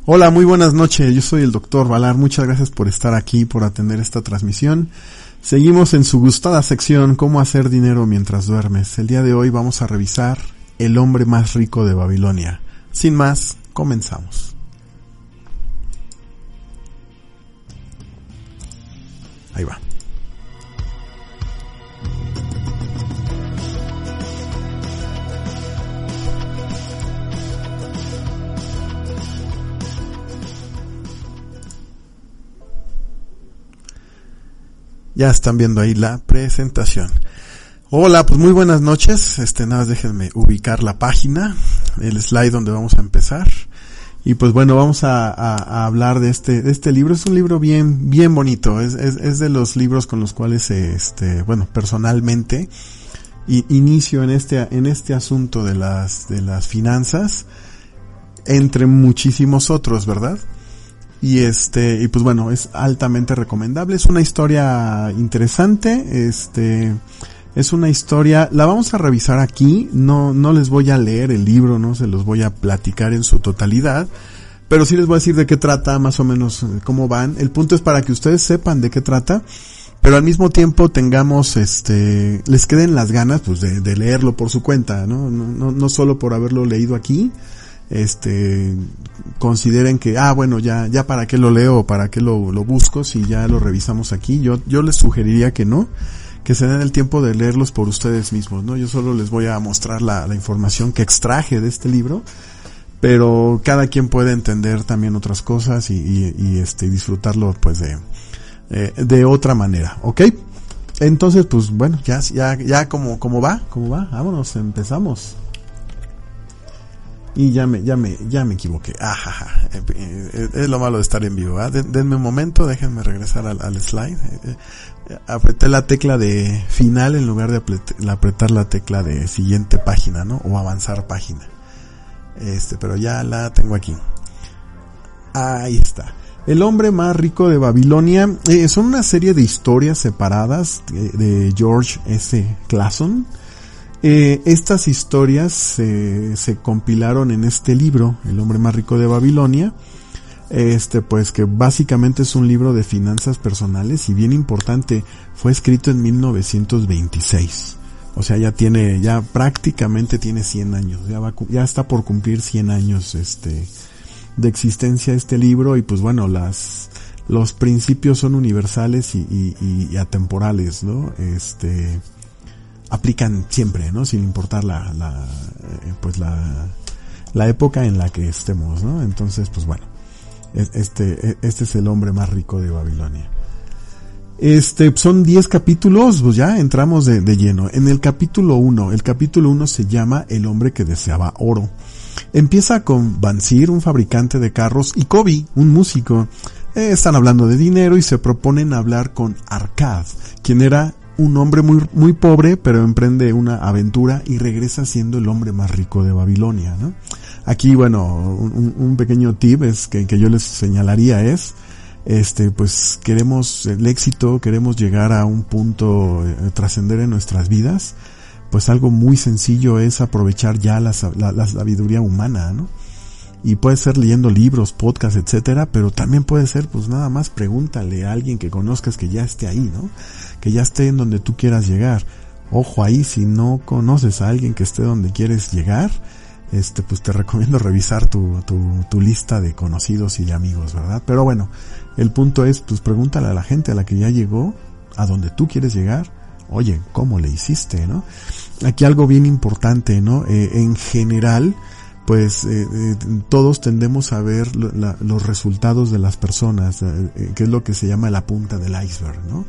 Hola, muy buenas noches, yo soy el Dr. Valar, muchas gracias por estar aquí, por atender esta transmisión. Seguimos en su gustada sección, cómo hacer dinero mientras duermes. El día de hoy vamos a revisar El hombre más rico de Babilonia. Sin más, comenzamos. Ahí va. Ya están viendo ahí la presentación. Hola, pues muy buenas noches. Nada más déjenme ubicar la página, el slide donde vamos a empezar. Y pues bueno, vamos a hablar de este libro. Es un libro bien bonito. Es de los libros con los cuales personalmente inicio en este asunto de las finanzas, entre muchísimos otros, ¿verdad? Y pues bueno, es altamente recomendable. Es una historia interesante. Es una historia, la vamos a revisar aquí. No les voy a leer el libro, no se los voy a platicar en su totalidad, pero sí les voy a decir de qué trata, más o menos cómo van. El punto es para que ustedes sepan de qué trata, pero al mismo tiempo tengamos, les queden las ganas, pues de leerlo por su cuenta, no solo por haberlo leído aquí. Consideren que, bueno, ya para qué lo leo o para qué lo busco si ya lo revisamos aquí. Yo les sugeriría que no, que se den el tiempo de leerlos por ustedes mismos, ¿no? Yo solo les voy a mostrar la información que extraje de este libro, pero cada quien puede entender también otras cosas y disfrutarlo pues de otra manera, ¿ok? Entonces, pues bueno, ya como va, vámonos, empezamos. Y ya me equivoqué. Es lo malo de estar en vivo, ¿eh? Denme un momento, déjenme regresar al slide. Apreté la tecla de final en lugar de apretar la tecla de siguiente página, ¿no? O avanzar página. Pero ya la tengo aquí. Ahí está. El hombre más rico de Babilonia. Son una serie de historias separadas de George S. Clason. Estas historias se compilaron en este libro, El hombre más rico de Babilonia, pues que básicamente es un libro de finanzas personales y bien importante, fue escrito en 1926. O sea, ya prácticamente tiene 100 años, ya está por cumplir 100 años de existencia este libro. Y pues bueno, los principios son universales y atemporales, ¿no? Aplican siempre, ¿no? Sin importar la época en la que estemos, ¿no? Entonces, pues bueno, este es el hombre más rico de Babilonia. Son 10 capítulos, pues ya entramos de lleno. En el capítulo 1 se llama El hombre que deseaba oro. Empieza con Bansir, un fabricante de carros, y Kobi, un músico. Están hablando de dinero y se proponen hablar con Arkad, quien era un hombre muy pobre, pero emprende una aventura y regresa siendo el hombre más rico de Babilonia, ¿no? Aquí, bueno, un pequeño tip es que yo les señalaría es, pues queremos el éxito, queremos llegar a un punto, trascender en nuestras vidas, pues algo muy sencillo es aprovechar ya la sabiduría humana, ¿no? Y puede ser leyendo libros, podcasts, etcétera, pero también puede ser, pues nada más pregúntale a alguien que conozcas que ya esté ahí, ¿no? Que ya esté en donde tú quieras llegar. Ojo ahí, si no conoces a alguien que esté donde quieres llegar, pues te recomiendo revisar tu lista de conocidos y de amigos, ¿verdad? Pero bueno, el punto es, pues pregúntale a la gente a la que ya llegó, a donde tú quieres llegar. Oye, ¿cómo le hiciste, no? Aquí algo bien importante, ¿no? En general, pues todos tendemos a ver los resultados de las personas, que es lo que se llama la punta del iceberg, ¿no?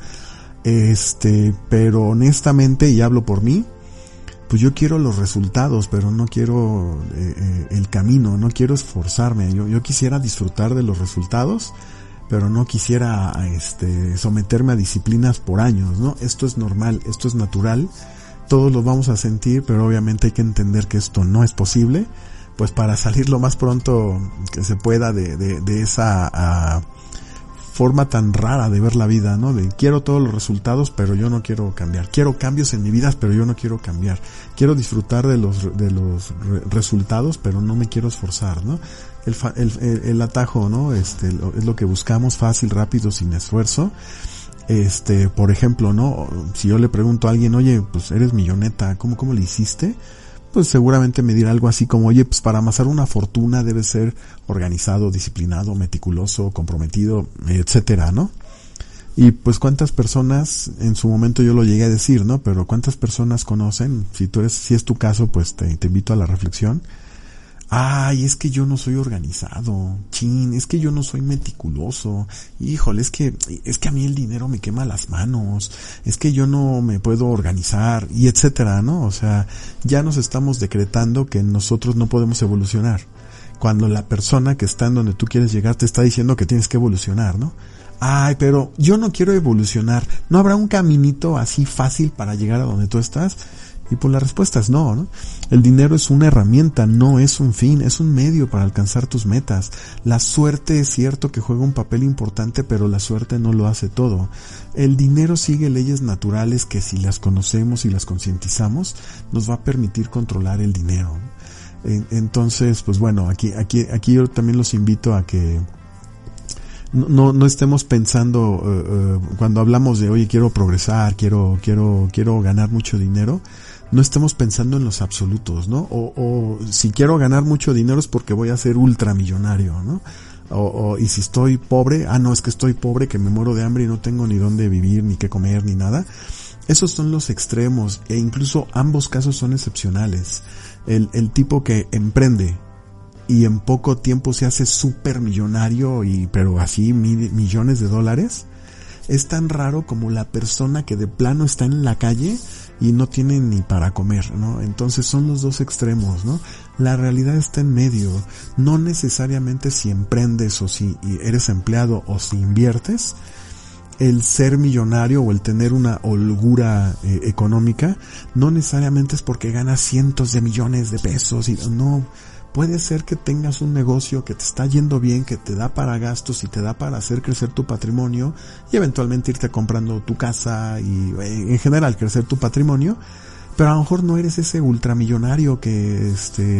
Pero honestamente, y hablo por mí, pues yo quiero los resultados, pero no quiero el camino, no quiero esforzarme. Yo quisiera disfrutar de los resultados, pero no quisiera someterme a disciplinas por años, ¿no? Esto es normal, esto es natural, todos lo vamos a sentir, pero obviamente hay que entender que esto no es posible, pues para salir lo más pronto que se pueda de esa forma tan rara de ver la vida, ¿no? De quiero todos los resultados, pero yo no quiero cambiar. Quiero cambios en mi vida, pero yo no quiero cambiar. Quiero disfrutar de los resultados, pero no me quiero esforzar, ¿no? El atajo, ¿no? Es lo que buscamos, fácil, rápido, sin esfuerzo. Por ejemplo, ¿no? Si yo le pregunto a alguien, oye, pues eres milloneta, ¿cómo le hiciste? Pues seguramente me dirá algo así como, oye, pues para amasar una fortuna debes ser organizado, disciplinado, meticuloso, comprometido, etcétera, ¿no? Y pues cuántas personas, en su momento yo lo llegué a decir, ¿no? Pero cuántas personas conocen, si es tu caso, pues te invito a la reflexión. Ay, es que yo no soy organizado, es que yo no soy meticuloso, híjole, es que a mí el dinero me quema las manos, es que yo no me puedo organizar, y etcétera, ¿no? O sea, ya nos estamos decretando que nosotros no podemos evolucionar, cuando la persona que está en donde tú quieres llegar te está diciendo que tienes que evolucionar, ¿no? Ay, pero yo no quiero evolucionar, ¿no habrá un caminito así fácil para llegar a donde tú estás? Y pues la respuesta es no, ¿no? El dinero es una herramienta, no es un fin, es un medio para alcanzar tus metas. La suerte es cierto que juega un papel importante, pero la suerte no lo hace todo. El dinero sigue leyes naturales que si las conocemos y las concientizamos, nos va a permitir controlar el dinero. Entonces, pues bueno, aquí yo también los invito a que no estemos pensando cuando hablamos de oye quiero progresar, quiero ganar mucho dinero, no estemos pensando en los absolutos, ¿no? O si quiero ganar mucho dinero es porque voy a ser ultramillonario, ¿no? Y si estoy pobre, no, es que estoy pobre, que me muero de hambre y no tengo ni dónde vivir, ni qué comer, ni nada. Esos son los extremos, e incluso ambos casos son excepcionales. El tipo que emprende y en poco tiempo se hace súper millonario pero así millones de dólares, es tan raro como la persona que de plano está en la calle y no tiene ni para comer, ¿no? Entonces son los dos extremos, ¿no? La realidad está en medio. No necesariamente si emprendes o si eres empleado o si inviertes, el ser millonario o el tener una holgura económica no necesariamente es porque ganas cientos de millones de pesos no. Puede ser que tengas un negocio que te está yendo bien, que te da para gastos y te da para hacer crecer tu patrimonio y eventualmente irte comprando tu casa y en general crecer tu patrimonio, pero a lo mejor no eres ese ultramillonario que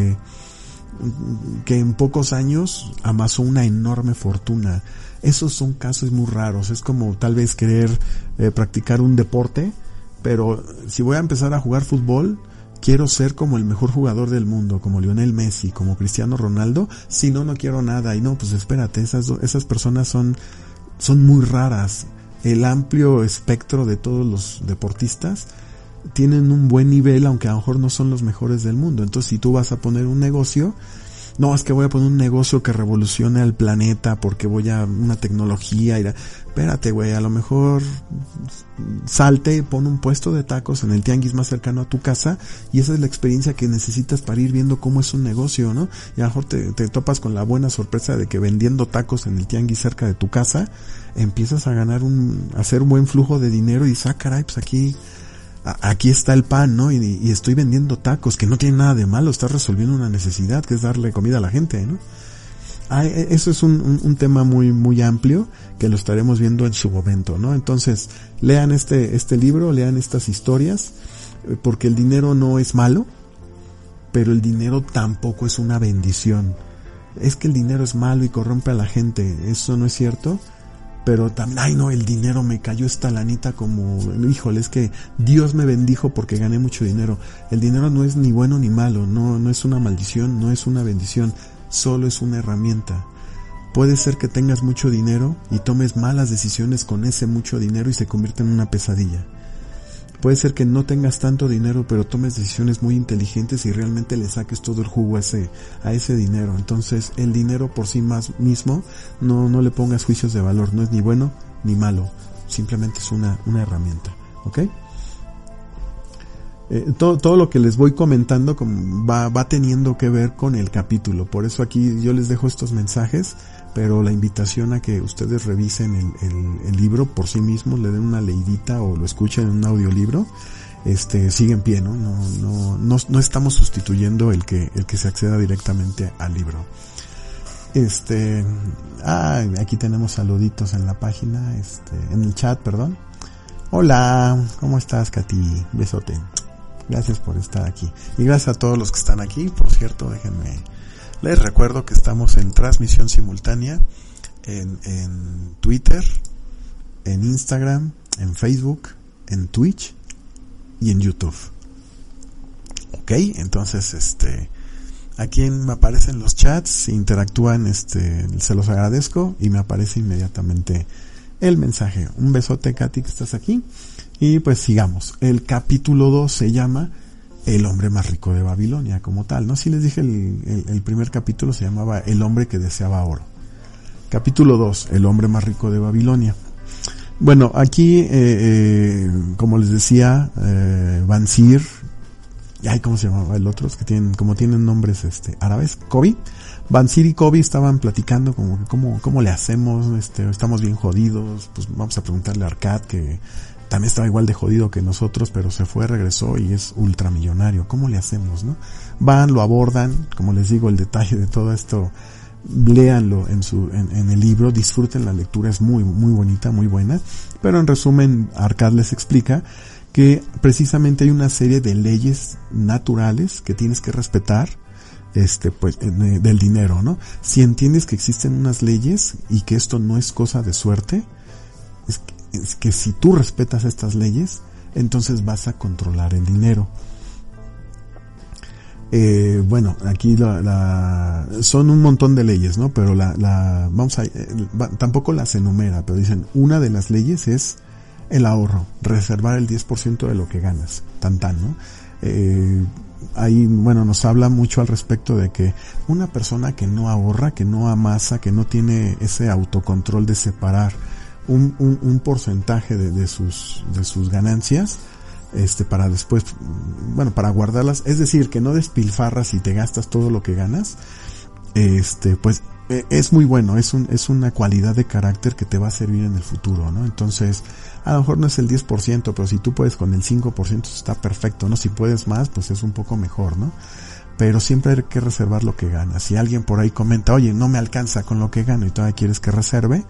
en pocos años amasó una enorme fortuna. Esos son casos muy raros. Es como tal vez querer practicar un deporte, pero si voy a empezar a jugar fútbol, quiero ser como el mejor jugador del mundo, como Lionel Messi, como Cristiano Ronaldo, si no quiero nada. Y no, pues espérate, esas personas son muy raras. El amplio espectro de todos los deportistas tienen un buen nivel, aunque a lo mejor no son los mejores del mundo. Entonces, si tú vas a poner un negocio, no, es que voy a poner un negocio que revolucione al planeta porque voy a una tecnología. Espérate, güey, a lo mejor salte y pon un puesto de tacos en el tianguis más cercano a tu casa y esa es la experiencia que necesitas para ir viendo cómo es un negocio, ¿no? Y a lo mejor te topas con la buena sorpresa de que vendiendo tacos en el tianguis cerca de tu casa empiezas a ganar hacer un buen flujo de dinero y dices, caray, pues aquí está el pan, ¿no? Y estoy vendiendo tacos, que no tiene nada de malo, estás resolviendo una necesidad, que es darle comida a la gente, ¿no? Eso es un tema muy, muy amplio, que lo estaremos viendo en su momento, ¿no? Entonces, lean este libro, lean estas historias, porque el dinero no es malo, pero el dinero tampoco es una bendición. Es que el dinero es malo y corrompe a la gente, eso no es cierto. Pero también, el dinero me cayó esta lanita como, híjole, es que Dios me bendijo porque gané mucho dinero. El dinero no es ni bueno ni malo, no es una maldición, no es una bendición, solo es una herramienta. Puede ser que tengas mucho dinero y tomes malas decisiones con ese mucho dinero y se convierta en una pesadilla. Puede ser que no tengas tanto dinero, pero tomes decisiones muy inteligentes y realmente le saques todo el jugo a ese dinero. Entonces, el dinero por sí mismo, no le pongas juicios de valor. No es ni bueno ni malo. Simplemente es una herramienta. ¿Ok? Todo lo que les voy comentando va teniendo que ver con el capítulo. Por eso aquí yo les dejo estos mensajes, pero la invitación a que ustedes revisen el libro por sí mismos, le den una leidita o lo escuchen en un audiolibro, sigue en pie, ¿no? No estamos sustituyendo el que se acceda directamente al libro. Aquí tenemos saluditos en la página, en el chat, perdón. Hola, ¿cómo estás, Katy? Besote. Gracias por estar aquí. Y gracias a todos los que están aquí. Por cierto, les recuerdo que estamos en transmisión simultánea en Twitter, en Instagram, en Facebook, en Twitch y en YouTube. Ok, entonces aquí me aparecen los chats, interactúan, se los agradezco y me aparece inmediatamente el mensaje. Un besote, Katy, que estás aquí. Y pues sigamos. El capítulo 2 se llama El hombre más rico de Babilonia, como tal, ¿no? Sí les dije, el primer capítulo se llamaba El hombre que deseaba oro. Capítulo 2, El hombre más rico de Babilonia. Bueno, aquí, como les decía, Bansir, ¿cómo se llamaba el otro? Es que tienen nombres árabes. Kobe. Bansir y Kobe estaban platicando como que cómo le hacemos, estamos bien jodidos, pues vamos a preguntarle a Arcad, que también estaba igual de jodido que nosotros, pero se fue, regresó y es ultramillonario. ¿Cómo le hacemos, no? Van, lo abordan, como les digo, el detalle de todo esto, léanlo en el libro, disfruten la lectura, es muy, muy bonita, muy buena, pero en resumen, Arcad les explica que precisamente hay una serie de leyes naturales que tienes que respetar, del dinero, ¿no? Si entiendes que existen unas leyes y que esto no es cosa de suerte, es que si tú respetas estas leyes, entonces vas a controlar el dinero. Bueno, aquí son un montón de leyes, ¿no? Pero tampoco las enumera, pero dicen, una de las leyes es el ahorro, reservar el 10% de lo que ganas, ¿no? Ahí, bueno, nos habla mucho al respecto de que una persona que no ahorra, que no amasa, que no tiene ese autocontrol de separar un porcentaje de sus ganancias, para después, bueno, para guardarlas, es decir, que no despilfarras y te gastas todo lo que ganas, pues es muy bueno, es una cualidad de carácter que te va a servir en el futuro, ¿no? Entonces, a lo mejor no es el 10%, pero si tú puedes con el 5% está perfecto, ¿no? Si puedes más, pues es un poco mejor, ¿no? Pero siempre hay que reservar lo que ganas. Si alguien por ahí comenta, oye, no me alcanza con lo que gano y todavía quieres que reserve,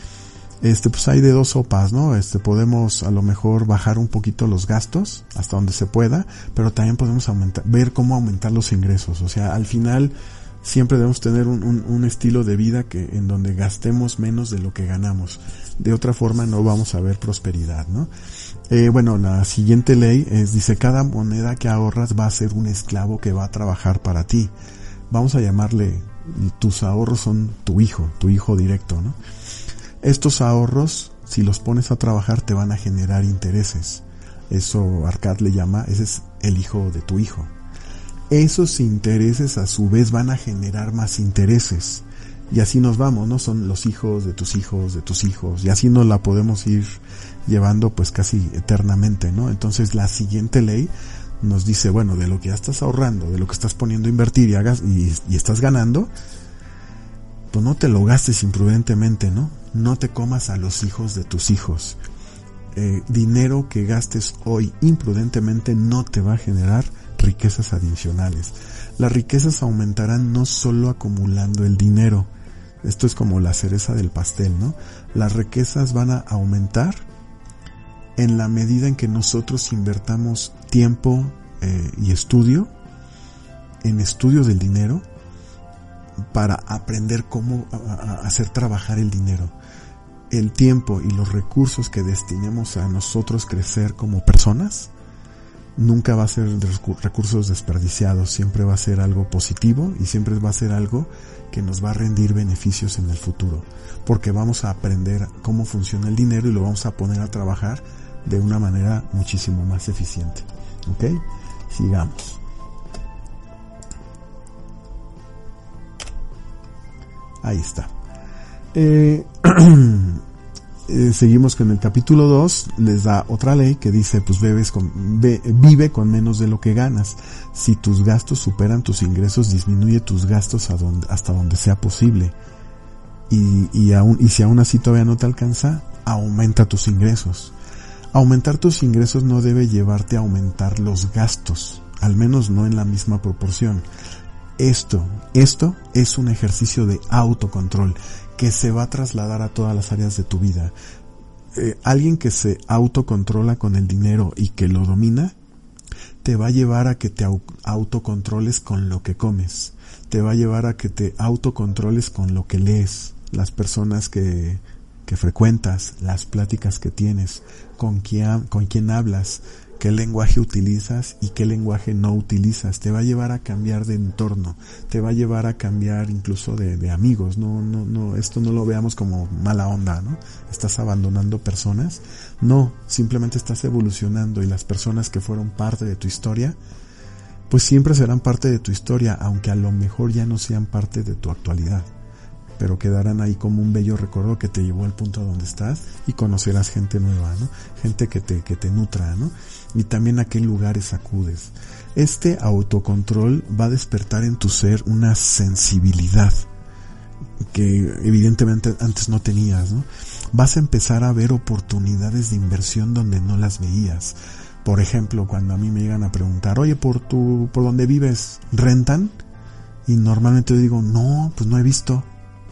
pues hay de dos sopas, ¿no? Podemos a lo mejor bajar un poquito los gastos hasta donde se pueda, pero también podemos ver cómo aumentar los ingresos. O sea, al final siempre debemos tener un estilo de vida en donde gastemos menos de lo que ganamos. De otra forma no vamos a ver prosperidad, ¿no? Bueno, la siguiente ley dice, cada moneda que ahorras va a ser un esclavo que va a trabajar para ti. Vamos a llamarle, tus ahorros son tu hijo directo, ¿no? Estos ahorros, si los pones a trabajar, te van a generar intereses. Eso Arcad le llama, ese es el hijo de tu hijo. Esos intereses a su vez van a generar más intereses. Y así nos vamos, ¿no? Son los hijos de tus hijos, de tus hijos. Y así nos la podemos ir llevando pues casi eternamente, ¿no? Entonces la siguiente ley nos dice, bueno, de lo que ya estás ahorrando, de lo que estás poniendo a invertir y estás ganando, pues no te lo gastes imprudentemente, ¿no? No te comas a los hijos de tus hijos. Dinero que gastes hoy imprudentemente no te va a generar riquezas adicionales. Las riquezas aumentarán no solo acumulando el dinero. Esto es como la cereza del pastel, ¿no? Las riquezas van a aumentar en la medida en que nosotros invertamos tiempo y estudio en estudios del dinero para aprender cómo hacer trabajar el dinero. El tiempo y los recursos que destinemos a nosotros crecer como personas nunca va a ser recursos desperdiciados, siempre va a ser algo positivo y siempre va a ser algo que nos va a rendir beneficios en el futuro, porque vamos a aprender cómo funciona el dinero y lo vamos a poner a trabajar de una manera muchísimo más eficiente. ¿Ok? Sigamos. Ahí está. Seguimos con el capítulo 2, les da otra ley que dice, pues vive con menos de lo que ganas. Si tus gastos superan tus ingresos, disminuye tus gastos hasta donde sea posible. Y si aún así todavía no te alcanza, aumenta tus ingresos. Aumentar tus ingresos no debe llevarte a aumentar los gastos, al menos no en la misma proporción. Esto es un ejercicio de autocontrol que se va a trasladar a todas las áreas de tu vida. Alguien que se autocontrola con el dinero y que lo domina, te va a llevar a que te autocontroles con lo que comes, te va a llevar a que te autocontroles con lo que lees, las personas que frecuentas, las pláticas que tienes, con quién hablas, qué lenguaje utilizas y qué lenguaje no utilizas. Te va a llevar a cambiar de entorno, te va a llevar a cambiar incluso de amigos. No, esto no lo veamos como mala onda, ¿no? Estás abandonando personas. No, simplemente estás evolucionando, y las personas que fueron parte de tu historia, pues siempre serán parte de tu historia, aunque a lo mejor ya no sean parte de tu actualidad, pero quedarán ahí como un bello recuerdo que te llevó al punto a donde estás, y conocerás gente nueva, ¿no? Gente que te nutra, ¿no? Y también a qué lugares acudes. Este autocontrol va a despertar en tu ser una sensibilidad que evidentemente antes no tenías, ¿no? Vas a empezar a ver oportunidades de inversión donde no las veías. Por ejemplo, cuando a mí me llegan a preguntar, oye, por donde vives, ¿rentan? Y normalmente yo digo, no, pues no he visto.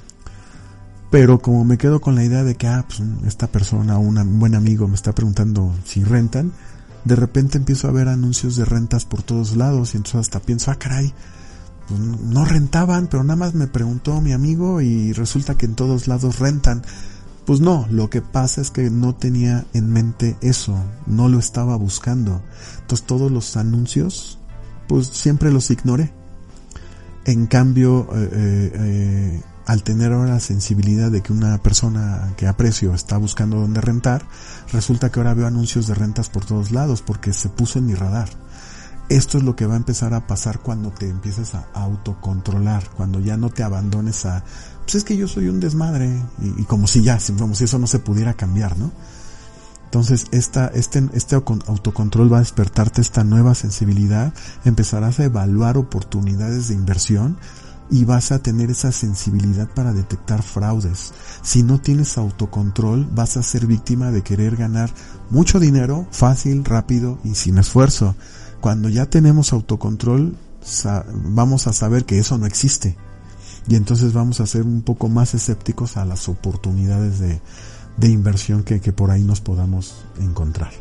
Pero como me quedo con la idea de que, pues esta persona, un buen amigo me está preguntando si rentan, de repente empiezo a ver anuncios de rentas por todos lados, y entonces hasta pienso, caray, pues no rentaban, pero nada más me preguntó mi amigo y resulta que en todos lados rentan. Pues no, lo que pasa es que no tenía en mente eso, no lo estaba buscando. Entonces todos los anuncios, pues siempre los ignoré. En cambio, al tener ahora la sensibilidad de que una persona que aprecio está buscando dónde rentar, resulta que ahora veo anuncios de rentas por todos lados porque se puso en mi radar. Esto es lo que va a empezar a pasar cuando te empieces a autocontrolar, cuando ya no te abandones a, pues es que yo soy un desmadre, y como si eso no se pudiera cambiar, ¿no? Entonces este autocontrol va a despertarte esta nueva sensibilidad, empezarás a evaluar oportunidades de inversión y vas a tener esa sensibilidad para detectar fraudes. Si no tienes autocontrol, vas a ser víctima de querer ganar mucho dinero fácil, rápido y sin esfuerzo. Cuando ya tenemos autocontrol, vamos a saber que eso no existe, y entonces vamos a ser un poco más escépticos a las oportunidades de inversión que por ahí nos podamos encontrar.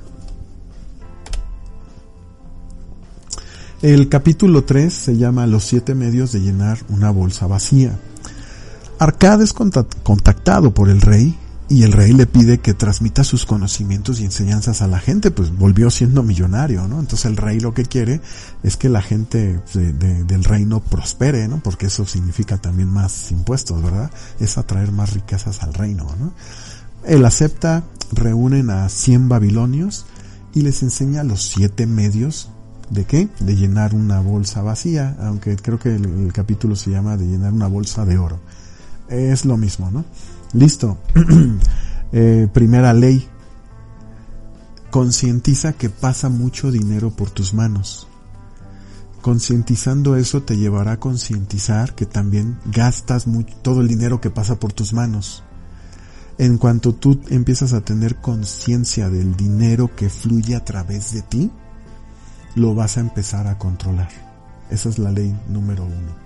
El capítulo 3 se llama Los 7 medios de llenar una bolsa vacía. Arcade es contactado por el rey, y el rey le pide que transmita sus conocimientos y enseñanzas a la gente, pues volvió siendo millonario, ¿no? Entonces el rey lo que quiere es que la gente del reino prospere, ¿no? Porque eso significa también más impuestos, ¿verdad? Es atraer más riquezas al reino, ¿no? Él acepta, reúnen a 100 babilonios y les enseña los 7 medios ¿de qué? De llenar una bolsa vacía, aunque creo que el capítulo se llama de llenar una bolsa de oro. Es lo mismo, ¿no? Listo. Primera ley. Concientiza que pasa mucho dinero por tus manos. Concientizando eso te llevará a concientizar que también gastas todo el dinero que pasa por tus manos. En cuanto tú empiezas a tener conciencia del dinero que fluye a través de ti, lo vas a empezar a controlar. Esa es la ley número 1.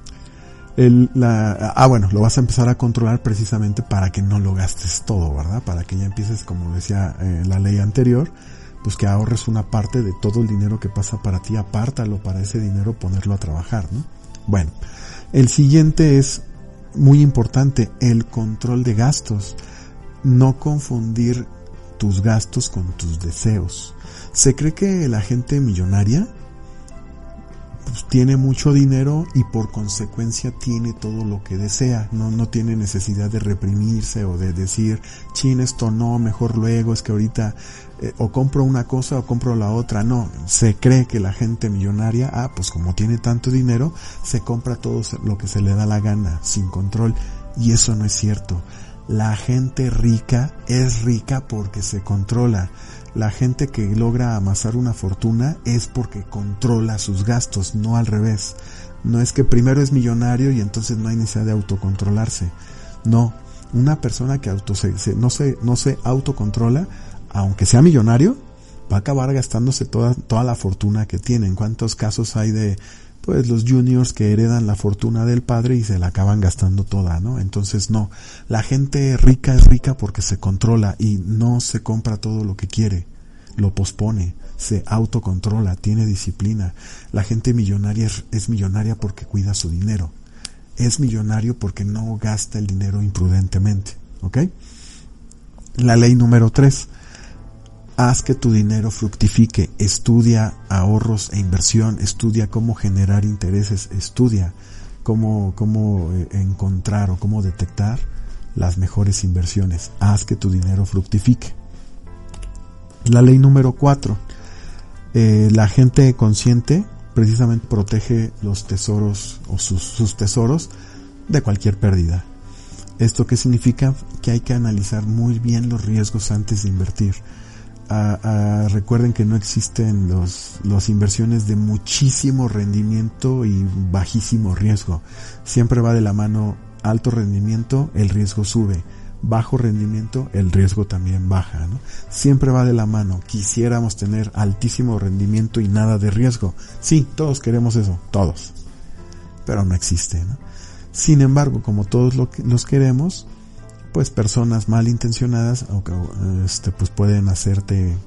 Lo vas a empezar a controlar precisamente para que no lo gastes todo, ¿verdad? Para que ya empieces, como decía la ley anterior, pues que ahorres una parte de todo el dinero que pasa para ti, apártalo para ese dinero ponerlo a trabajar, ¿no? Bueno, el siguiente es muy importante, el control de gastos. No confundir tus gastos con tus deseos. Se cree que la gente millonaria pues tiene mucho dinero y por consecuencia tiene todo lo que desea, no tiene necesidad de reprimirse o de decir, chin, esto no, mejor luego, es que ahorita o compro una cosa o compro la otra. No, se cree que la gente millonaria, pues como tiene tanto dinero, se compra todo lo que se le da la gana, sin control, y eso no es cierto. La gente rica es rica porque se controla. La gente que logra amasar una fortuna es porque controla sus gastos, no al revés. No es que primero es millonario y entonces no hay necesidad de autocontrolarse. No, una persona que no se autocontrola, aunque sea millonario, va a acabar gastándose toda la fortuna que tiene. ¿En cuántos casos hay de pues los juniors que heredan la fortuna del padre y se la acaban gastando toda, ¿no? Entonces no, la gente rica es rica porque se controla y no se compra todo lo que quiere, lo pospone, se autocontrola, tiene disciplina. La gente millonaria es millonaria porque cuida su dinero, es millonario porque no gasta el dinero imprudentemente, ¿ok? La ley número 3. Haz que tu dinero fructifique, estudia ahorros e inversión, estudia cómo generar intereses, estudia cómo encontrar o cómo detectar las mejores inversiones. Haz que tu dinero fructifique. La ley número 4. La gente consciente precisamente protege los tesoros o sus tesoros de cualquier pérdida. ¿Esto qué significa? Que hay que analizar muy bien los riesgos antes de invertir. Recuerden que no existen las inversiones de muchísimo rendimiento y bajísimo riesgo. Siempre va de la mano alto rendimiento, el riesgo sube. Bajo rendimiento, el riesgo también baja, ¿no? Siempre va de la mano. Quisiéramos tener altísimo rendimiento y nada de riesgo. Sí, todos queremos eso, todos. Pero no existe, ¿no? Sin embargo, como todos los queremos, pues personas malintencionadas pues pueden hacerte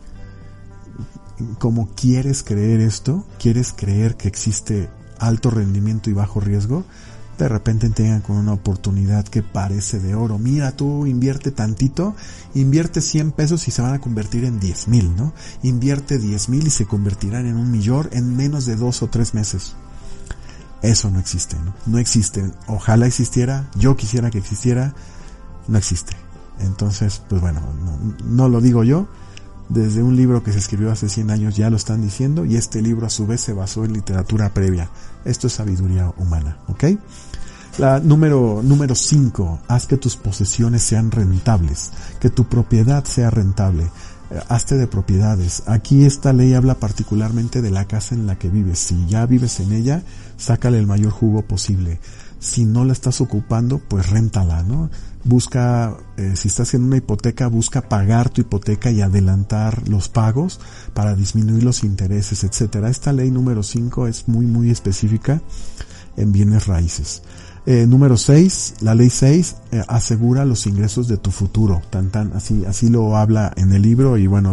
como quieres creer esto, quieres creer que existe alto rendimiento y bajo riesgo, de repente tengan con una oportunidad que parece de oro. Mira, tú invierte tantito, invierte 100 pesos y se van a convertir en 10,000, ¿no? Invierte 10,000 y se convertirán en 1,000,000 en menos de 2 o 3 meses. Eso no existe, ¿no? No existe. Ojalá existiera, yo quisiera que existiera. No existe. Entonces, pues bueno, no lo digo yo. Desde un libro que se escribió hace 100 años ya lo están diciendo, y este libro a su vez se basó en literatura previa. Esto es sabiduría humana, ¿ok? La número 5, haz que tus posesiones sean rentables, que tu propiedad sea rentable. Hazte de propiedades. Aquí esta ley habla particularmente de la casa en la que vives. Si ya vives en ella, sácale el mayor jugo posible. Si no la estás ocupando, pues réntala, ¿no? Busca, si estás en una hipoteca, busca pagar tu hipoteca y adelantar los pagos para disminuir los intereses, etcétera. Esta ley número 5 es muy, muy específica en bienes raíces. Número 6, la ley 6, asegura los ingresos de tu futuro. Así lo habla en el libro, y bueno,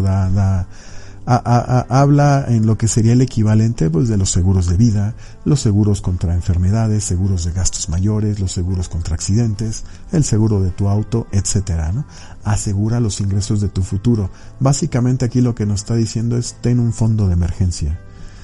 habla en lo que sería el equivalente pues de los seguros de vida, los seguros contra enfermedades, seguros de gastos mayores, los seguros contra accidentes, el seguro de tu auto, etcétera, ¿no? Asegura los ingresos de tu futuro. Básicamente aquí lo que nos está diciendo es: ten un fondo de emergencia.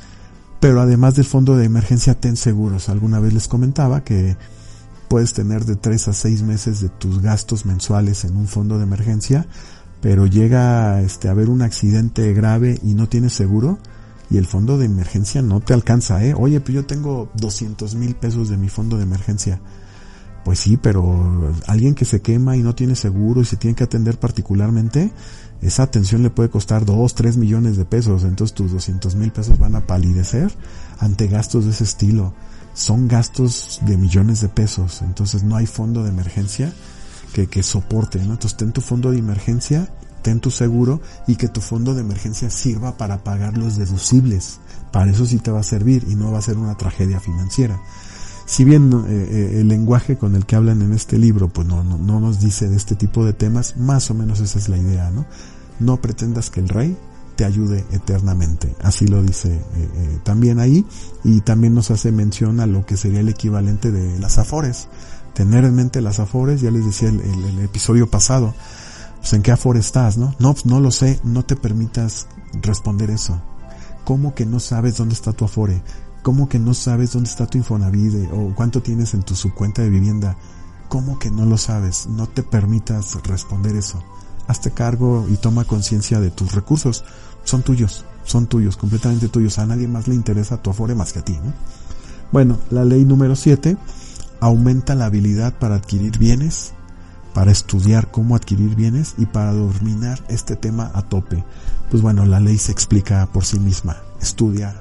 Pero además del fondo de emergencia, ten seguros. Alguna vez les comentaba que puedes tener de 3 a 6 meses de tus gastos mensuales en un fondo de emergencia, pero llega a haber un accidente grave y no tienes seguro, y el fondo de emergencia no te alcanza, Oye, pues yo tengo 200,000 pesos de mi fondo de emergencia. Pues sí, pero alguien que se quema y no tiene seguro y se tiene que atender particularmente, esa atención le puede costar 2, 3 millones de pesos. Entonces tus 200,000 pesos van a palidecer ante gastos de ese estilo. Son gastos de millones de pesos. Entonces no hay fondo de emergencia que soporte, ¿no? Entonces ten tu fondo de emergencia, ten tu seguro, y que tu fondo de emergencia sirva para pagar los deducibles. Para eso sí te va a servir y no va a ser una tragedia financiera. Si bien el lenguaje con el que hablan en este libro pues no nos dice de este tipo de temas, más o menos esa es la idea, ¿no? No pretendas que el rey te ayude eternamente. Así lo dice también ahí, y también nos hace mención a lo que sería el equivalente de las afores. Tener en mente las afores, ya les decía el episodio pasado, pues en qué afore estás, ¿no? No lo sé, no te permitas responder eso. ¿Cómo que no sabes dónde está tu afore? ¿Cómo que no sabes dónde está tu Infonavit o cuánto tienes en tu subcuenta de vivienda? ¿Cómo que no lo sabes? No te permitas responder eso. Hazte cargo y toma conciencia de tus recursos. Son tuyos, completamente tuyos. A nadie más le interesa tu afore más que a ti, ¿no? Bueno, la ley número 7, aumenta la habilidad para adquirir bienes, para estudiar cómo adquirir bienes y para dominar este tema a tope. Pues bueno, la ley se explica por sí misma. Estudia,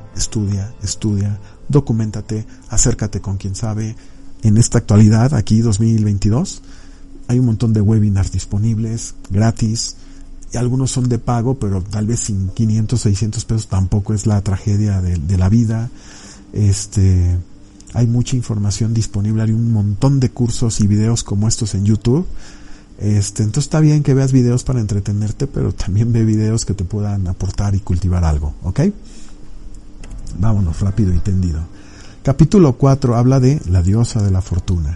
documéntate, acércate con quien sabe. En esta actualidad, aquí 2022, hay un montón de webinars disponibles, gratis, y algunos son de pago, pero tal vez sin 500, 600 pesos tampoco es la tragedia de la vida. Hay mucha información disponible, hay un montón de cursos y videos como estos en YouTube. Entonces está bien que veas videos para entretenerte, pero también ve videos que te puedan aportar y cultivar algo, ¿ok? Vámonos rápido y tendido. Capítulo 4 habla de la diosa de la fortuna.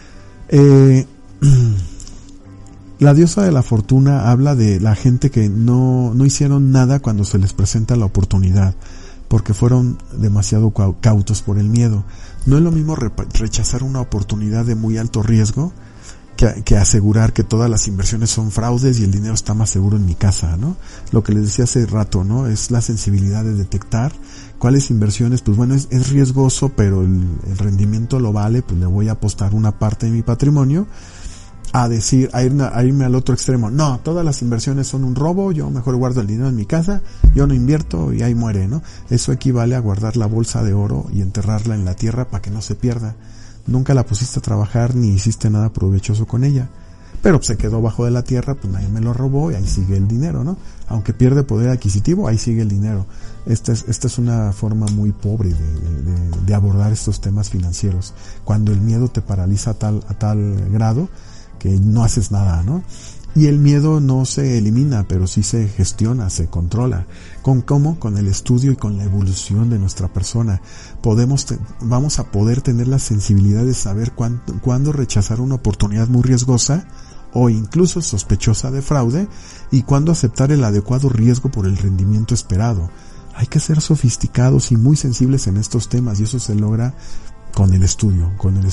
La diosa de la fortuna habla de la gente que no hicieron nada cuando se les presenta la oportunidad, porque fueron demasiado cautos por el miedo. No es lo mismo rechazar una oportunidad de muy alto riesgo que asegurar que todas las inversiones son fraudes y el dinero está más seguro en mi casa, ¿no? Lo que les decía hace rato, ¿no? Es la sensibilidad de detectar cuáles inversiones, pues bueno, es riesgoso, pero el rendimiento lo vale, pues le voy a apostar una parte de mi patrimonio, a irme al otro extremo. No, todas las inversiones son un robo, yo mejor guardo el dinero en mi casa, yo no invierto y ahí muere, ¿no? Eso equivale a guardar la bolsa de oro y enterrarla en la tierra para que no se pierda. Nunca la pusiste a trabajar ni hiciste nada provechoso con ella, pero se quedó bajo de la tierra, pues nadie me lo robó y ahí sigue el dinero, ¿no? Aunque pierde poder adquisitivo, ahí sigue el dinero. Esta es una forma muy pobre de abordar estos temas financieros, cuando el miedo te paraliza a tal grado que no haces nada, ¿no? Y el miedo no se elimina, pero sí se gestiona, se controla. ¿Cómo? Con el estudio y con la evolución de nuestra persona. Vamos a poder tener la sensibilidad de saber cuándo rechazar una oportunidad muy riesgosa o incluso sospechosa de fraude, y cuándo aceptar el adecuado riesgo por el rendimiento esperado. Hay que ser sofisticados y muy sensibles en estos temas, y eso se logra con el estudio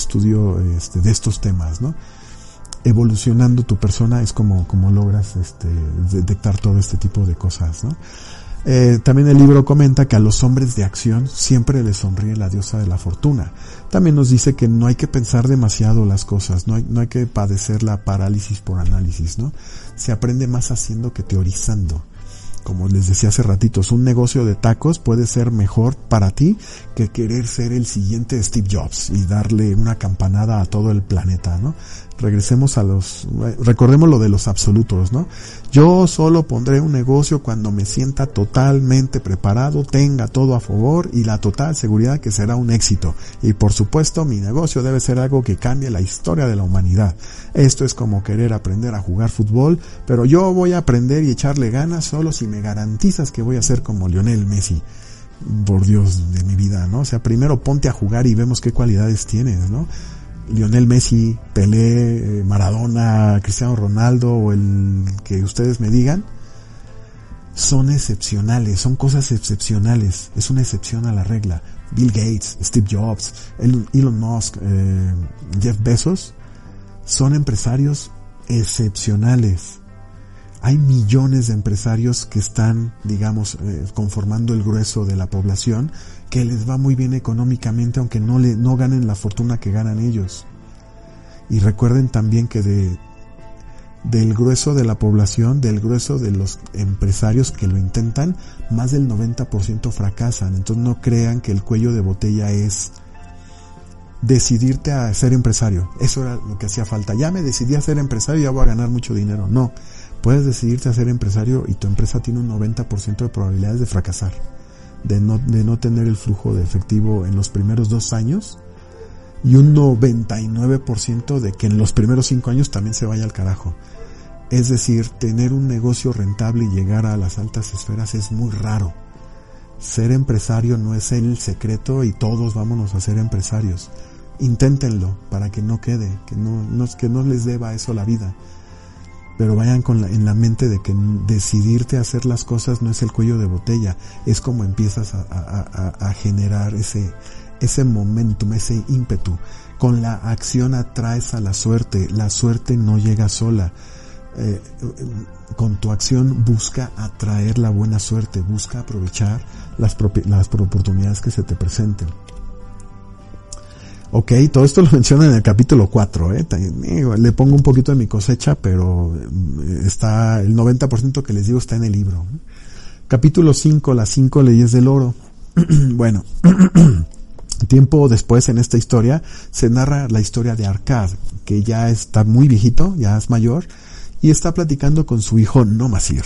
de estos temas, ¿no? Evolucionando tu persona es como logras detectar todo este tipo de cosas, ¿no? También el libro comenta que a los hombres de acción siempre les sonríe la diosa de la fortuna. También nos dice que no hay que pensar demasiado las cosas, no hay que padecer la parálisis por análisis, ¿no? Se aprende más haciendo que teorizando. Como les decía hace ratitos, un negocio de tacos puede ser mejor para ti que querer ser el siguiente Steve Jobs y darle una campanada a todo el planeta, ¿no? Recordemos lo de los absolutos, ¿no? Yo solo pondré un negocio cuando me sienta totalmente preparado, tenga todo a favor y la total seguridad que será un éxito. Y por supuesto, mi negocio debe ser algo que cambie la historia de la humanidad. Esto es como querer aprender a jugar fútbol, pero yo voy a aprender y echarle ganas solo si me garantizas que voy a ser como Lionel Messi. Por Dios de mi vida, ¿no? O sea, primero ponte a jugar y vemos qué cualidades tienes, ¿no? Lionel Messi, Pelé, Maradona, Cristiano Ronaldo o el que ustedes me digan, son excepcionales, son cosas excepcionales, es una excepción a la regla. Bill Gates, Steve Jobs, Elon Musk, Jeff Bezos, son empresarios excepcionales. Hay millones de empresarios que están, digamos, conformando el grueso de la población, que les va muy bien económicamente, aunque no ganen la fortuna que ganan ellos. Y recuerden también que del grueso de la población, del grueso de los empresarios que lo intentan, más del 90% fracasan. Entonces no crean que el cuello de botella es decidirte a ser empresario. Eso era lo que hacía falta. Ya me decidí a ser empresario y ya voy a ganar mucho dinero. No. Puedes decidirte a ser empresario y tu empresa tiene un 90% de probabilidades de fracasar, de no tener el flujo de efectivo en los primeros 2 años, y un 99% de que en los primeros 5 años también se vaya al carajo. Es decir, tener un negocio rentable y llegar a las altas esferas es muy raro. Ser empresario no es el secreto y todos vámonos a ser empresarios. Inténtenlo para que no quede, que no les deba eso la vida. Pero vayan en la mente de que decidirte a hacer las cosas no es el cuello de botella, es como empiezas a generar ese momentum, ese ímpetu. Con la acción atraes a la suerte no llega sola. Con tu acción busca atraer la buena suerte, busca aprovechar las oportunidades que se te presenten. Ok, todo esto lo menciona en el capítulo 4, le pongo un poquito de mi cosecha, pero está el 90% que les digo está en el libro. Capítulo 5, las 5 leyes del oro. Bueno, tiempo después en esta historia se narra la historia de Arkad, que ya está muy viejito, ya es mayor, y está platicando con su hijo Nomasir.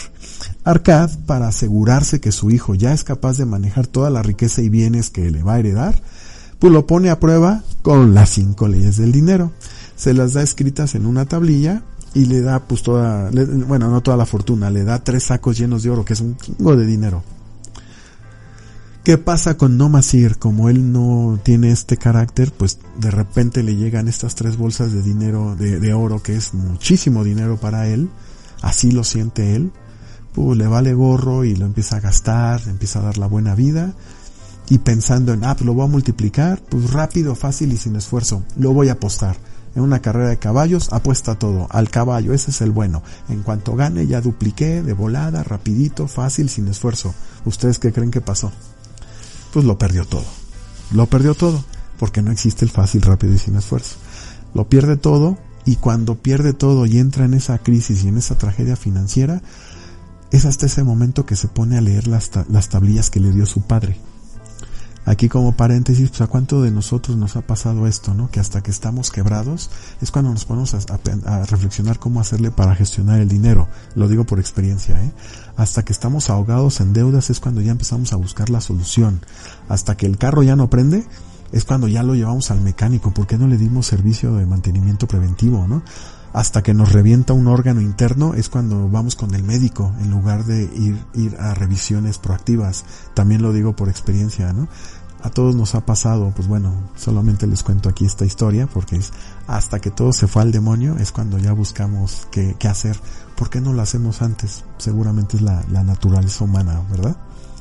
Arcad, para asegurarse que su hijo ya es capaz de manejar toda la riqueza y bienes que le va a heredar, pues lo pone a prueba con las 5 leyes del dinero. Se las da escritas en una tablilla y le da pues no toda la fortuna, le da 3 sacos llenos de oro, que es un chingo de dinero. ¿Qué pasa con Nomasir? Como él no tiene este carácter, pues de repente le llegan estas 3 bolsas de dinero, de oro, que es muchísimo dinero para él, así lo siente él, pues le vale gorro y lo empieza a gastar, empieza a dar la buena vida, y pensando en, pues lo voy a multiplicar, pues rápido, fácil y sin esfuerzo, lo voy a apostar. En una carrera de caballos, apuesta todo, al caballo, ese es el bueno. En cuanto gane, ya dupliqué, de volada, rapidito, fácil, sin esfuerzo. ¿Ustedes qué creen que pasó? Pues lo perdió todo, porque no existe el fácil, rápido y sin esfuerzo. Lo pierde todo, y cuando pierde todo y entra en esa crisis y en esa tragedia financiera, es hasta ese momento que se pone a leer las tablillas que le dio su padre. Aquí como paréntesis, pues a cuánto de nosotros nos ha pasado esto, ¿no? Que hasta que estamos quebrados es cuando nos ponemos a reflexionar cómo hacerle para gestionar el dinero. Lo digo por experiencia, Hasta que estamos ahogados en deudas es cuando ya empezamos a buscar la solución. Hasta que el carro ya no prende es cuando ya lo llevamos al mecánico. ¿Por qué no le dimos servicio de mantenimiento preventivo, no? Hasta que nos revienta un órgano interno es cuando vamos con el médico en lugar de ir a revisiones proactivas. También lo digo por experiencia, ¿no? A todos nos ha pasado, pues bueno, solamente les cuento aquí esta historia porque es hasta que todo se fue al demonio es cuando ya buscamos qué hacer. ¿Por qué no lo hacemos antes? Seguramente es la naturaleza humana, ¿verdad?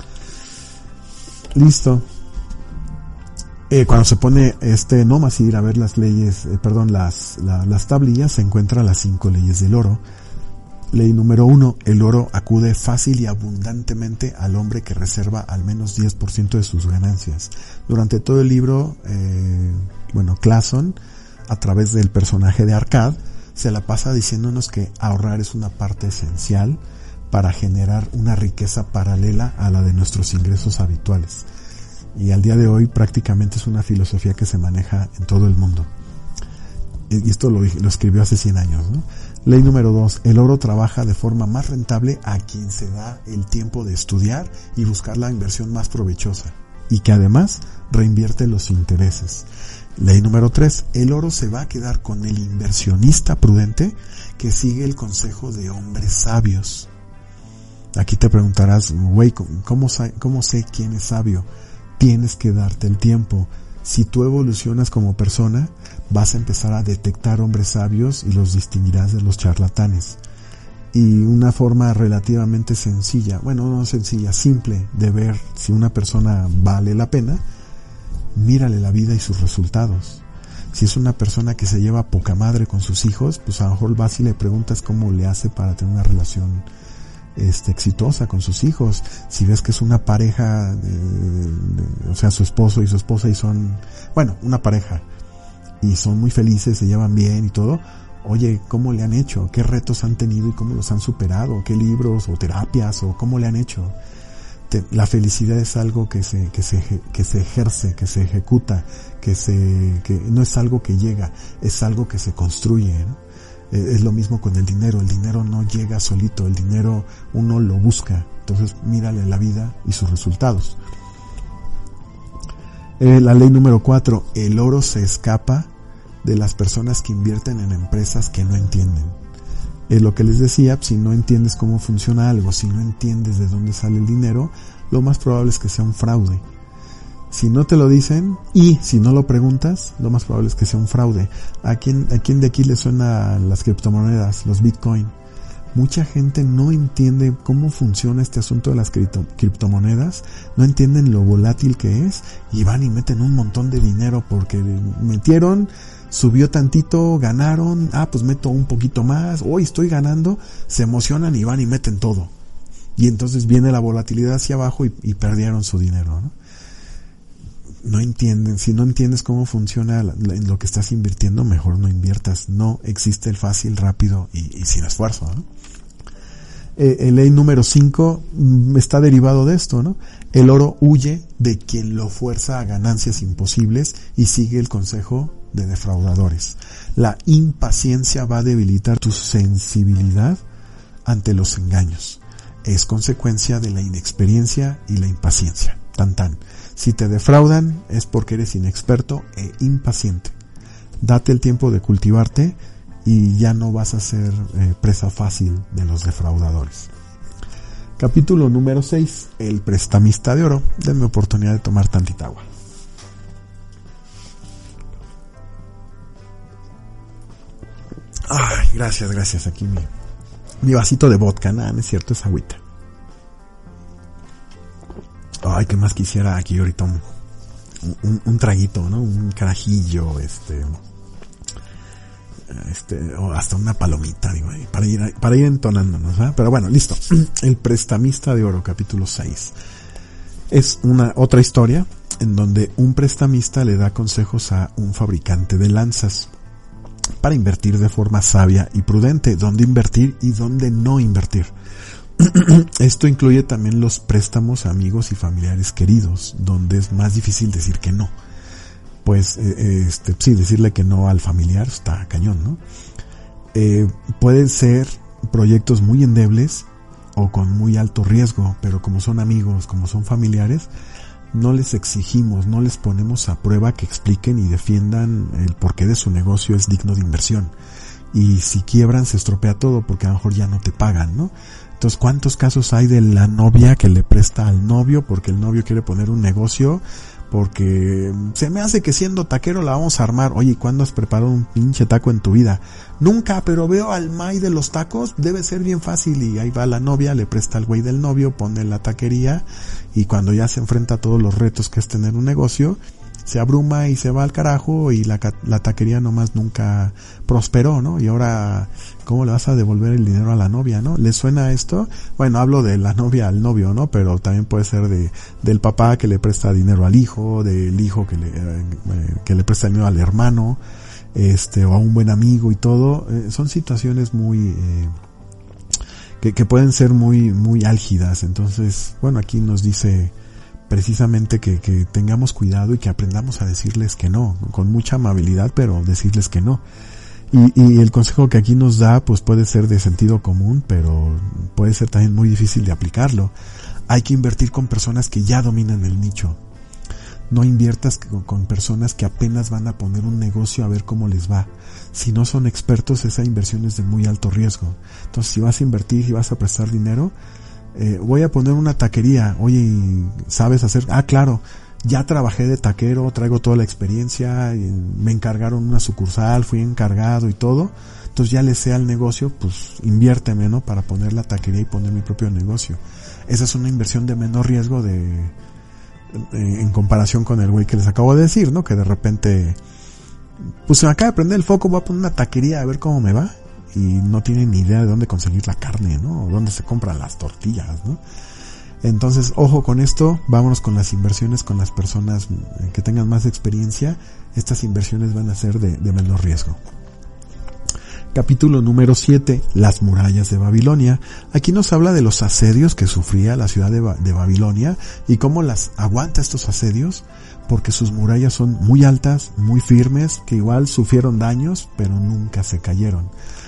Listo. Cuando se pone Nomasir a ver las leyes, las tablillas, se encuentra las 5 leyes del oro. Ley número 1, el oro acude fácil y abundantemente al hombre que reserva al menos 10% de sus ganancias. Durante todo el libro, Clason, a través del personaje de Arcad, se la pasa diciéndonos que ahorrar es una parte esencial para generar una riqueza paralela a la de nuestros ingresos habituales. Y al día de hoy prácticamente es una filosofía que se maneja en todo el mundo. Y esto lo escribió hace 100 años, ¿no? Ley número 2. El oro trabaja de forma más rentable a quien se da el tiempo de estudiar y buscar la inversión más provechosa. Y que además reinvierte los intereses. Ley número 3. El oro se va a quedar con el inversionista prudente que sigue el consejo de hombres sabios. Aquí te preguntarás, güey, ¿cómo sé quién es sabio? Tienes que darte el tiempo. Si tú evolucionas como persona, vas a empezar a detectar hombres sabios y los distinguirás de los charlatanes. Y una forma relativamente sencilla, simple de ver si una persona vale la pena, mírale la vida y sus resultados. Si es una persona que se lleva poca madre con sus hijos, pues a lo mejor vas y le preguntas cómo le hace para tener una relación exitosa con sus hijos. Si ves que es una pareja, su esposo y su esposa y son, una pareja y son muy felices, se llevan bien y todo, oye, ¿cómo le han hecho? ¿Qué retos han tenido y cómo los han superado? ¿Qué libros o terapias o cómo le han hecho? La felicidad es algo que se ejerce, que se ejecuta, que no es algo que llega, es algo que se construye, ¿no? Es lo mismo con el dinero no llega solito, el dinero uno lo busca. Entonces mírale la vida y sus resultados. La ley número 4, el oro se escapa de las personas que invierten en empresas que no entienden. Lo que les decía, si no entiendes cómo funciona algo, si no entiendes de dónde sale el dinero, lo más probable es que sea un fraude. Si no te lo dicen y si no lo preguntas, lo más probable es que sea un fraude. ¿A quién de aquí le suenan las criptomonedas, los Bitcoin? Mucha gente no entiende cómo funciona este asunto de las criptomonedas, no entienden lo volátil que es y van y meten un montón de dinero porque metieron, subió tantito, ganaron, pues meto un poquito más, hoy estoy ganando, se emocionan y van y meten todo. Y entonces viene la volatilidad hacia abajo y perdieron su dinero, ¿no? No entienden, si no entiendes cómo funciona en lo que estás invirtiendo, mejor no inviertas. No existe el fácil, rápido y sin esfuerzo, ¿no? Ley número 5 está derivado de esto, ¿no? El oro huye de quien lo fuerza a ganancias imposibles y sigue el consejo de defraudadores. La impaciencia va a debilitar tu sensibilidad ante los engaños. es consecuencia de la inexperiencia y la impaciencia. Tan tan. Si te defraudan es porque eres inexperto e impaciente. Date el tiempo de cultivarte y ya no vas a ser presa fácil de los defraudadores. Capítulo número 6. El prestamista de oro. Denme oportunidad de tomar tantita agua. Ay, gracias. Aquí mi vasito de vodka. Nada, no es cierto, es agüita. Ay, ¿qué más quisiera aquí ahorita? Un traguito, ¿no? Un carajillo, o hasta una palomita, digo, para ir entonándonos, ¿verdad? Pero bueno, listo. El prestamista de oro, capítulo 6. Es otra historia en donde un prestamista le da consejos a un fabricante de lanzas para invertir de forma sabia y prudente, dónde invertir y dónde no invertir. Esto incluye también los préstamos a amigos y familiares queridos, donde es más difícil decir que no. Pues, sí, decirle que no al familiar está cañón, ¿no? Pueden ser proyectos muy endebles o con muy alto riesgo, pero como son amigos, como son familiares, no les exigimos, no les ponemos a prueba que expliquen y defiendan el porqué de su negocio es digno de inversión. Y si quiebran se estropea todo porque a lo mejor ya no te pagan, ¿no? Entonces, ¿cuántos casos hay de la novia que le presta al novio porque el novio quiere poner un negocio? Porque se me hace que siendo taquero la vamos a armar. Oye, ¿cuándo has preparado un pinche taco en tu vida? Nunca, pero veo al May de los tacos, debe ser bien fácil. Y ahí va la novia, le presta al güey del novio, pone la taquería y cuando ya se enfrenta a todos los retos que es tener un negocio, se abruma y se va al carajo y la taquería nomás nunca prosperó, ¿no? Y ahora, ¿cómo le vas a devolver el dinero a la novia, no? ¿Le suena esto? Bueno, hablo de la novia al novio, ¿no? Pero también puede ser del papá que le presta dinero al hijo, del hijo que le presta dinero al hermano, o a un buen amigo y todo. Son situaciones muy, que pueden ser muy, muy álgidas. Entonces, bueno, aquí nos dice precisamente que tengamos cuidado y que aprendamos a decirles que no, con mucha amabilidad, pero decirles que no. Y el consejo que aquí nos da, pues puede ser de sentido común, pero puede ser también muy difícil de aplicarlo. Hay que invertir con personas que ya dominan el nicho. No inviertas con personas que apenas van a poner un negocio a ver cómo les va. Si no son expertos, esa inversión es de muy alto riesgo. Entonces, si vas a invertir y vas a prestar dinero, voy a poner una taquería. Oye, ¿sabes hacer? Ah, claro, ya trabajé de taquero, traigo toda la experiencia, me encargaron una sucursal, fui encargado y todo. Entonces ya le sé al negocio, pues inviérteme, ¿no? Para poner la taquería y poner mi propio negocio. Esa es una inversión de menor riesgo en comparación con el güey que les acabo de decir, ¿no? Que de repente, pues se me acaba de prender el foco, voy a poner una taquería a ver cómo me va. Y no tienen ni idea de dónde conseguir la carne, ¿no? O dónde se compran las tortillas, ¿no? Entonces, ojo con esto, vámonos con las inversiones con las personas que tengan más experiencia. Estas inversiones van a ser de menor riesgo. Capítulo número 7, las murallas de Babilonia. Aquí nos habla de los asedios que sufría la ciudad de Babilonia y cómo las aguanta estos asedios, porque sus murallas son muy altas, muy firmes, que igual sufrieron daños, pero nunca se cayeron.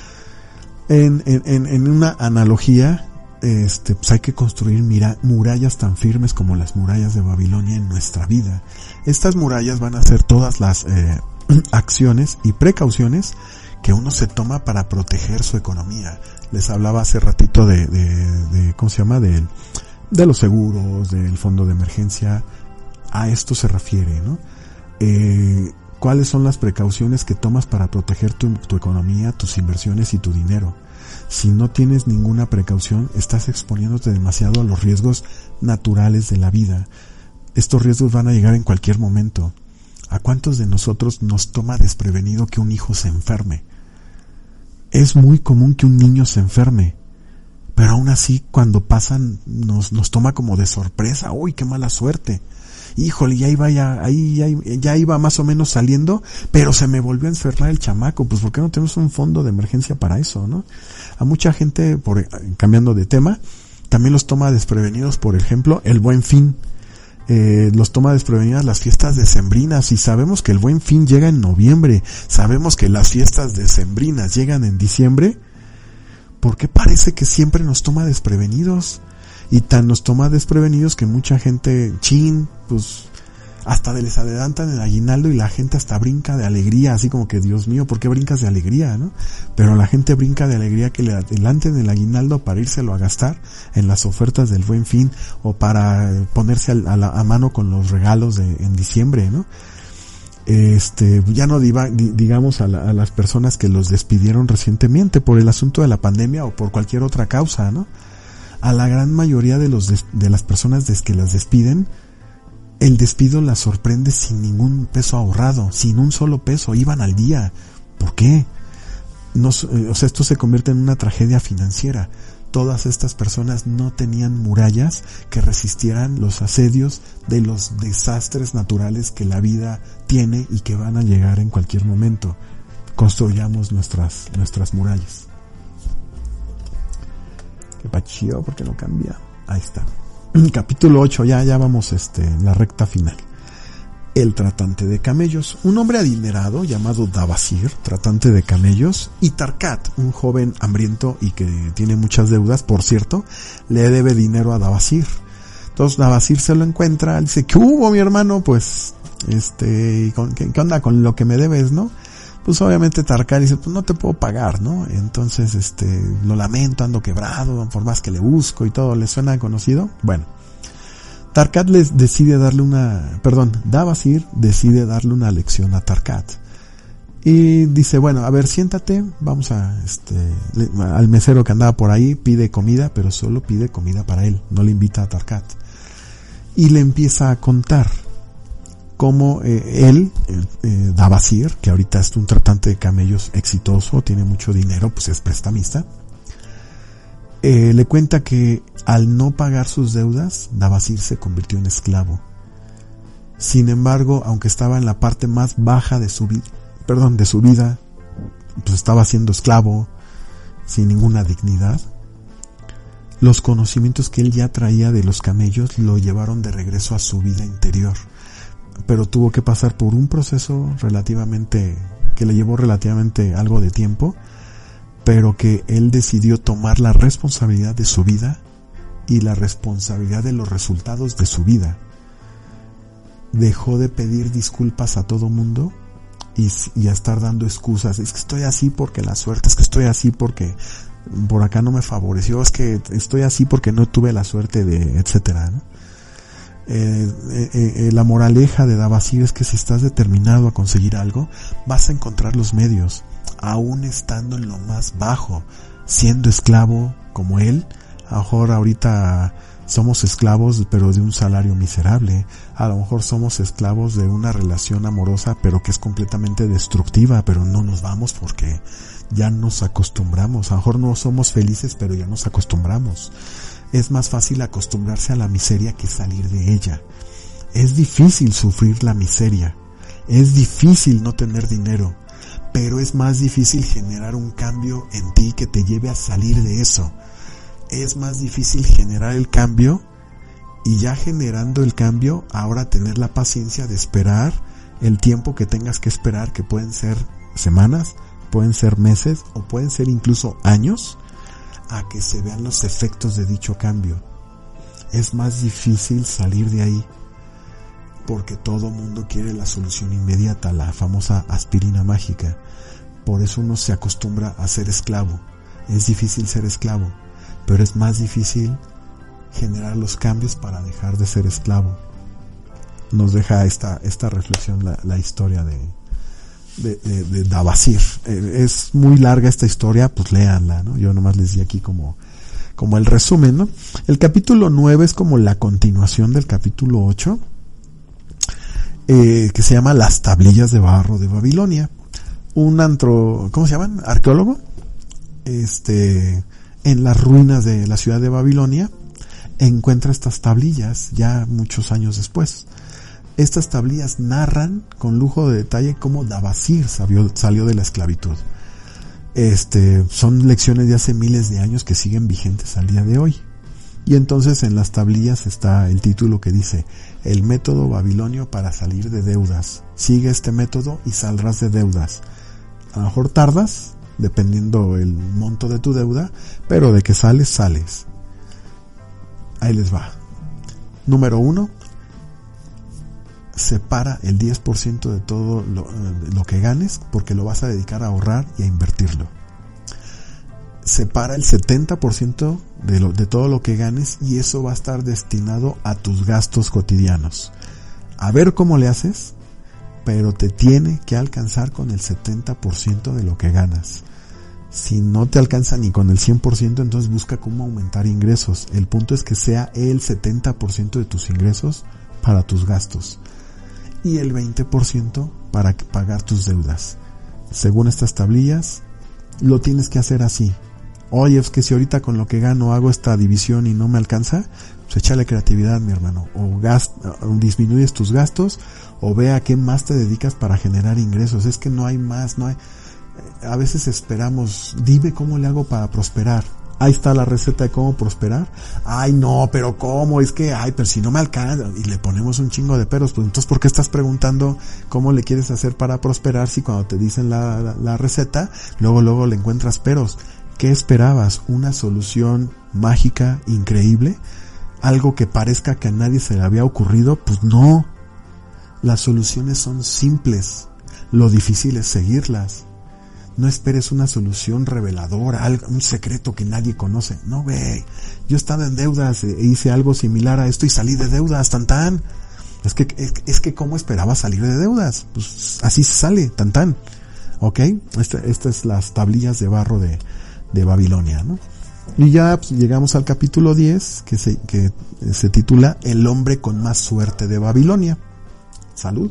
En una analogía, pues hay que construir murallas tan firmes como las murallas de Babilonia en nuestra vida. Estas murallas van a ser todas las acciones y precauciones que uno se toma para proteger su economía. Les hablaba hace ratito de ¿cómo se llama? De los seguros, del fondo de emergencia. A esto se refiere, ¿no? ¿Cuáles son las precauciones que tomas para proteger tu economía, tus inversiones y tu dinero? Si no tienes ninguna precaución, estás exponiéndote demasiado a los riesgos naturales de la vida. Estos riesgos van a llegar en cualquier momento. ¿A cuántos de nosotros nos toma desprevenido que un hijo se enferme? Es muy común que un niño se enferme, pero aún así cuando pasan nos toma como de sorpresa. ¡Uy, qué mala suerte! Híjole, ya iba más o menos saliendo, pero se me volvió a enfermar el chamaco. Pues ¿por qué no tenemos un fondo de emergencia para eso, no? A mucha gente, cambiando de tema, también los toma desprevenidos, por ejemplo, el Buen Fin. Los toma desprevenidas las fiestas decembrinas, y sabemos que el Buen Fin llega en noviembre, sabemos que las fiestas decembrinas llegan en diciembre. ¿por qué parece que siempre nos toma desprevenidos? Y tan nos toma desprevenidos que mucha gente, pues hasta les adelantan el aguinaldo y la gente hasta brinca de alegría, así como que, Dios mío, ¿por qué brincas de alegría, no? Pero la gente brinca de alegría que le adelanten el aguinaldo para írselo a gastar en las ofertas del Buen Fin o para ponerse a mano con los regalos en diciembre, ¿no? Ya no digamos a las personas que los despidieron recientemente por el asunto de la pandemia o por cualquier otra causa, ¿no? A la gran mayoría de las personas que las despiden, el despido las sorprende sin ningún peso ahorrado, sin un solo peso, iban al día. ¿Por qué? Esto se convierte en una tragedia financiera. Todas estas personas no tenían murallas que resistieran los asedios de los desastres naturales que la vida tiene y que van a llegar en cualquier momento. Construyamos nuestras murallas. Qué pachío, ¿por qué no cambia? Ahí está. Capítulo 8, ya vamos en la recta final. El tratante de camellos. Un hombre adinerado llamado Dabasir, tratante de camellos, y Tarkat, un joven hambriento y que tiene muchas deudas, por cierto, le debe dinero a Dabasir. Entonces Dabasir se lo encuentra, le dice, ¿qué hubo, mi hermano? Pues, ¿qué onda con lo que me debes, no? Pues obviamente Tarkat dice, pues no te puedo pagar, ¿no? Entonces, lo lamento, ando quebrado, por más que le busco y todo, ¿le suena conocido? Bueno. Dabasir decide darle una lección a Tarkat. Y dice, bueno, a ver, siéntate, vamos al mesero que andaba por ahí, pide comida, pero solo pide comida para él, no le invita a Tarkat. Y le empieza a contar cómo Dabasir, que ahorita es un tratante de camellos exitoso, tiene mucho dinero, pues es prestamista, le cuenta que al no pagar sus deudas, Dabasir se convirtió en esclavo. Sin embargo, aunque estaba en la parte más baja de su vida, pues estaba siendo esclavo, sin ninguna dignidad. Los conocimientos que él ya traía de los camellos lo llevaron de regreso a su vida interior, pero tuvo que pasar por un proceso que le llevó relativamente algo de tiempo, pero que él decidió tomar la responsabilidad de su vida y la responsabilidad de los resultados de su vida. Dejó de pedir disculpas a todo mundo y a estar dando excusas. Es que estoy así porque la suerte, es que estoy así porque por acá no me favoreció, es que estoy así porque no tuve la suerte de etcétera, ¿no? La moraleja de Dabasir es que si estás determinado a conseguir algo, vas a encontrar los medios, aún estando en lo más bajo, siendo esclavo como él. A lo mejor ahorita somos esclavos pero de un salario miserable, a lo mejor somos esclavos de una relación amorosa pero que es completamente destructiva, pero no nos vamos porque ya nos acostumbramos. A lo mejor no somos felices pero ya nos acostumbramos. Es más fácil acostumbrarse a la miseria que salir de ella. Es difícil sufrir la miseria, es difícil no tener dinero, pero es más difícil generar un cambio en ti que te lleve a salir de eso. Es más difícil generar el cambio y ya generando el cambio, ahora tener la paciencia de esperar el tiempo que tengas que esperar, que pueden ser semanas, pueden ser meses o pueden ser incluso años, a que se vean los efectos de dicho cambio. Es más difícil salir de ahí porque todo mundo quiere la solución inmediata, la famosa aspirina mágica. Por eso uno se acostumbra a ser esclavo. Es difícil ser esclavo, pero es más difícil generar los cambios para dejar de ser esclavo. Nos deja esta reflexión la historia de Dabasir. Es muy larga esta historia, pues léanla, ¿no? Yo nomás les di aquí como el resumen, ¿no? El capítulo 9 es como la continuación del capítulo 8, que se llama Las tablillas de barro de Babilonia. ¿Cómo se llaman? Arqueólogo, en las ruinas de la ciudad de Babilonia, encuentra estas tablillas ya muchos años después. Estas tablillas narran con lujo de detalle cómo Dabasir salió de la esclavitud. Son lecciones de hace miles de años que siguen vigentes al día de hoy. Y entonces en las tablillas está el título que dice: el método babilonio para salir de deudas. Sigue este método y saldrás de deudas. A lo mejor tardas, dependiendo el monto de tu deuda, pero de que sales, sales. Ahí les va. Número 1, separa el 10% de todo lo que ganes, porque lo vas a dedicar a ahorrar y a invertirlo. Separa el 70% de todo lo que ganes, y eso va a estar destinado a tus gastos cotidianos. A ver cómo le haces, pero te tiene que alcanzar con el 70% de lo que ganas. Si no te alcanza ni con el 100%, entonces busca cómo aumentar ingresos. El punto es que sea el 70% de tus ingresos para tus gastos y el 20% para pagar tus deudas. Según estas tablillas, lo tienes que hacer así. Oye, es que si ahorita con lo que gano hago esta división y no me alcanza, pues échale creatividad, mi hermano. O disminuyes tus gastos, o ve a qué más te dedicas para generar ingresos. Es que no hay más, no hay. A veces esperamos, dime cómo le hago para prosperar. Ahí está la receta de cómo prosperar. Ay, no, pero ¿cómo? Es que, pero si no me alcanza. Y le ponemos un chingo de peros. Pues entonces, ¿por qué estás preguntando cómo le quieres hacer para prosperar si cuando te dicen la receta, luego le encuentras peros? ¿Qué esperabas? ¿Una solución mágica, increíble? ¿Algo que parezca que a nadie se le había ocurrido? Pues no. Las soluciones son simples. Lo difícil es seguirlas. No esperes una solución reveladora, un secreto que nadie conoce. No, güey. Yo estaba en deudas e hice algo similar a esto y salí de deudas, tan. Es que ¿cómo esperaba salir de deudas? Pues así se sale, tan. ¿Ok? Estas es las tablillas de barro de Babilonia, ¿no? Y ya pues, llegamos al capítulo 10, que se titula El hombre con más suerte de Babilonia. Salud.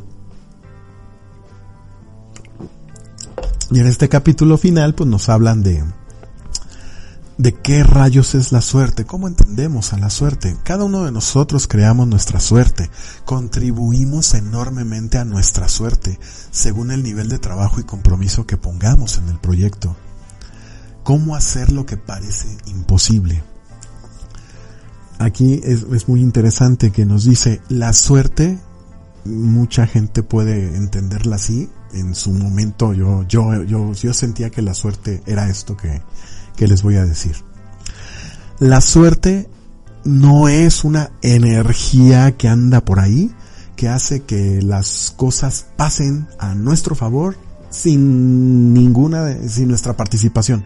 Y en este capítulo final, pues nos hablan de qué rayos es la suerte, cómo entendemos a la suerte. Cada uno de nosotros creamos nuestra suerte, contribuimos enormemente a nuestra suerte, según el nivel de trabajo y compromiso que pongamos en el proyecto. ¿Cómo hacer lo que parece imposible? Aquí es muy interesante que nos dice, la suerte, mucha gente puede entenderla así. En su momento yo sentía que la suerte era esto que les voy a decir. La suerte no es una energía que anda por ahí, que hace que las cosas pasen a nuestro favor sin nuestra participación.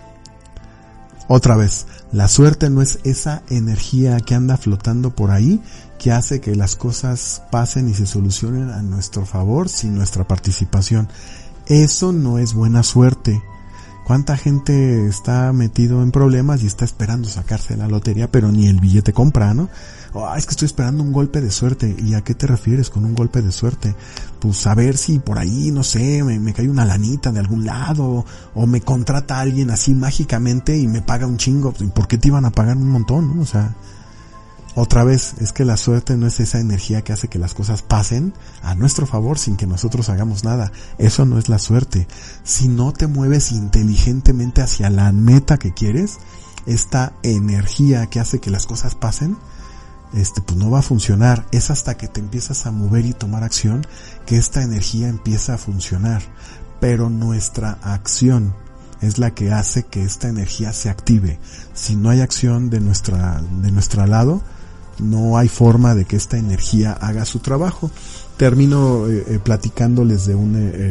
Otra vez, la suerte no es esa energía que anda flotando por ahí, que hace que las cosas pasen y se solucionen a nuestro favor sin nuestra participación. Eso no es buena suerte. ¿Cuánta gente está metido en problemas y está esperando sacarse la lotería, pero ni el billete compra, ¿no? Es que estoy esperando un golpe de suerte. ¿Y a qué te refieres con un golpe de suerte? Pues a ver si por ahí, no sé, me cae una lanita de algún lado, o me contrata alguien así mágicamente y me paga un chingo. ¿Y por qué te iban a pagar un montón, no? O sea, otra vez, es que la suerte no es esa energía que hace que las cosas pasen a nuestro favor sin que nosotros hagamos nada. Eso no es la suerte. Si no te mueves inteligentemente hacia la meta que quieres, esta energía que hace que las cosas pasen, pues no va a funcionar. Es hasta que te empiezas a mover y tomar acción que esta energía empieza a funcionar. Pero nuestra acción es la que hace que esta energía se active. Si no hay acción de nuestra lado, no hay forma de que esta energía haga su trabajo. Termino platicándoles de